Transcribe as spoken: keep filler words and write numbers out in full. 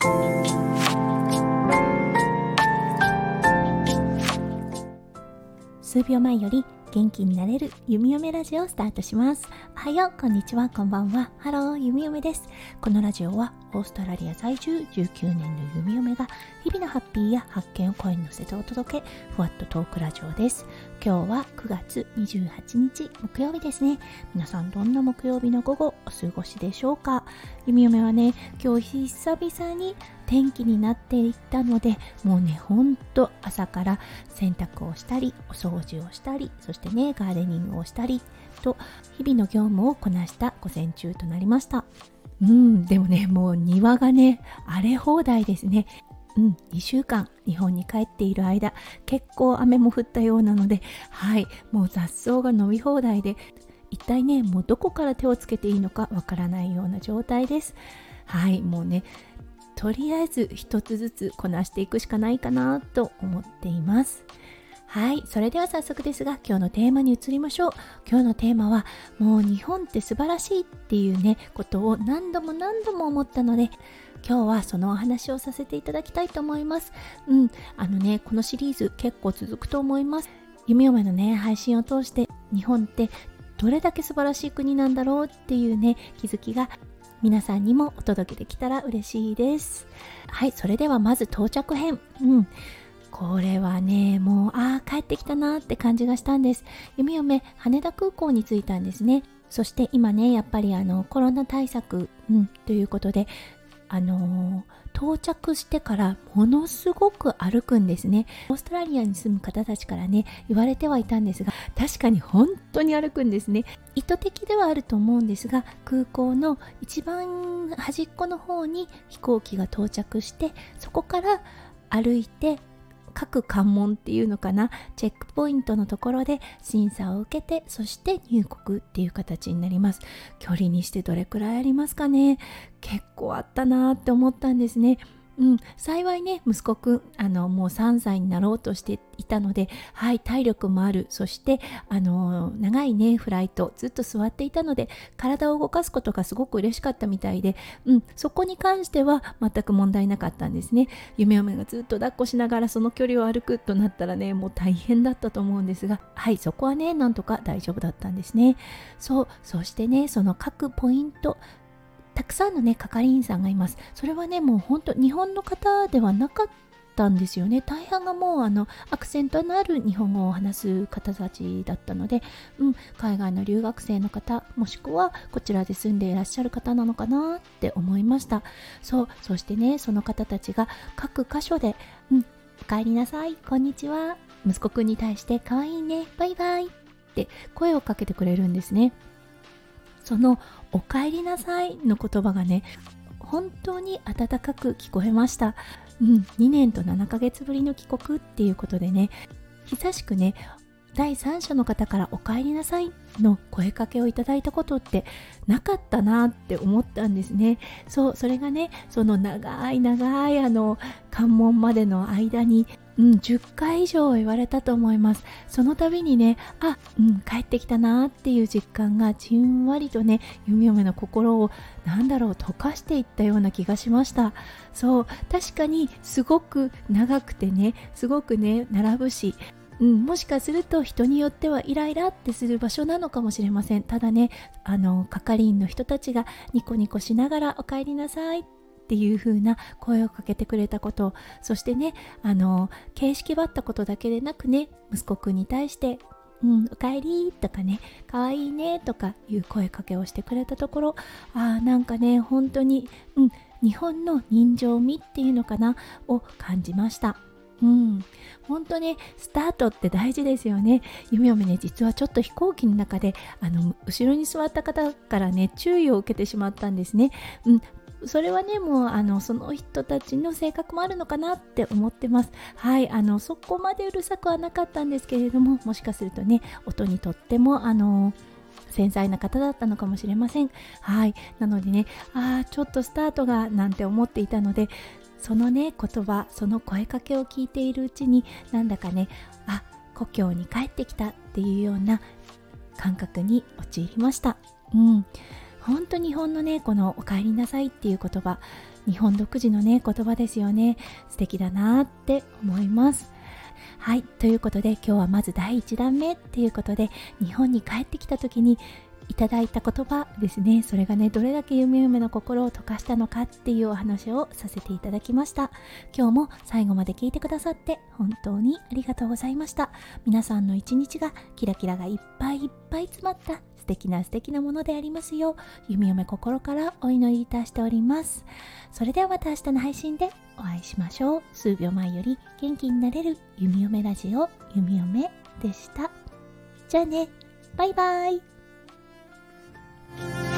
数秒前より元気になれるゆみよめラジオをスタートします。おはよう、こんにちは、こんばんは。ハロー、ゆみよめです。このラジオはオーストラリア在住じゅうきゅうねんのゆみよめが日々のハッピーや発見を声に乗せてお届け、ふわっとトークラジオです。今日はくがつにじゅうはちにち木曜日ですね。皆さんどんな木曜日の午後お過ごしでしょうか。ゆみよめはね、今日久々に天気になっていったので、もうねほんと朝から洗濯をしたりお掃除をしたり、そしてねガーデニングをしたりと日々の業務をこなした午前中となりました。うんでもね、もう庭がね荒れ放題ですね。うんにしゅうかん日本に帰っている間、結構雨も降ったようなので、はいもう雑草が伸び放題で、一体ねもうどこから手をつけていいのかわからないような状態です。はいもうねとりあえず一つずつこなしていくしかないかなと思っています。はい、それでは早速ですが今日のテーマに移りましょう。今日のテーマは、もう日本って素晴らしいっていうねことを何度も何度も思ったので、今日はそのお話をさせていただきたいと思います。うんあのねこのシリーズ結構続くと思います。ゆみよめのね配信を通して日本ってどれだけ素晴らしい国なんだろうっていうね気づきが皆さんにもお届けできたら嬉しいです。はい、それではまず到着編。うんこれはねもうあー帰ってきたなって感じがしたんです。ゆみよめ羽田空港に着いたんですね。そして今ねやっぱりあのコロナ対策、うん、ということであのー到着してからものすごく歩くんですね。オーストラリアに住む方たちからね言われてはいたんですが、確かに本当に歩くんですね。意図的ではあると思うんですが、空港の一番端っこの方に飛行機が到着して、そこから歩いて各関門っていうのかな、チェックポイントのところで審査を受けて、そして入国っていう形になります。距離にしてどれくらいありますかね。結構あったなって思ったんですね。うん、幸いね息子くんあのもうさんさいになろうとしていたので、はい体力もある、そしてあの長いねフライトずっと座っていたので体を動かすことがすごく嬉しかったみたいで、うん、そこに関しては全く問題なかったんですね。夢嫁がずっと抱っこしながらその距離を歩くとなったらねもう大変だったと思うんですが、はいそこはねなんとか大丈夫だったんですね。そうそしてねその各ポイントたくさんのね係員さんがいます。それはねもう本当日本の方ではなかったんですよね。大半がもうあのアクセントのある日本語を話す方たちだったので、うん、海外の留学生の方もしくはこちらで住んでいらっしゃる方なのかなって思いました。そうそしてねその方たちが各箇所で、うん、お帰りなさい、こんにちは、息子くんに対して可愛いね、バイバイって声をかけてくれるんですね。そのお帰りなさいの言葉がね本当に温かく聞こえました。うん、にねんとななかげつぶりの帰国っていうことでね、久しくね第三者の方からお帰りなさいの声かけをいただいたことってなかったなって思ったんですね。そうそれがねその長い長いあの関門までの間に、うん、じゅっかい以上言われたと思います。その度にねあ、うん、帰ってきたなっていう実感がじんわりとねゆみよめの心をなんだろう溶かしていったような気がしました。そう確かにすごく長くてねすごくね並ぶし、うん、もしかすると人によってはイライラってする場所なのかもしれません。ただねあの係員の人たちがニコニコしながらお帰りなさいっていう風な声をかけてくれたこと、そしてねあの形式ばったことだけでなくね息子くんに対してうん、おかえりとかね、かわいいねとかいう声かけをしてくれたところ、あーなんかね本当に、うん、日本の人情味っていうのかなを感じました。うん、本当ねスタートって大事ですよね。ゆみよめね実はちょっと飛行機の中であの後ろに座った方からね注意を受けてしまったんですね。うん、それはねもうあのその人たちの性格もあるのかなって思ってます。はいあのそこまでうるさくはなかったんですけれども、もしかするとね音にとってもあの繊細な方だったのかもしれません。はいなのでねあーちょっとスタートがなんて思っていたので、そのね言葉その声かけを聞いているうちになんだかねあ故郷に帰ってきたっていうような感覚に陥りました。うん本当日本のねこのお帰りなさいっていう言葉、 日本独自のね言葉ですよね。素敵だなって思います。はい、ということで今日はまずだいいちだんめっていうことで、日本に帰ってきた時にいただいた言葉ですね。それがねどれだけゆめゆめの心を溶かしたのかっていうお話をさせていただきました。今日も最後まで聞いてくださって本当にありがとうございました。皆さんの一日がキラキラがいっぱいいっぱい詰まった素敵な素敵なものでありますよう、ゆみよめ心からお祈りいたしております。それではまた明日の配信でお会いしましょう。数秒前より元気になれるゆみよめラジオ、ゆみよめでした。じゃあね、バイバイ。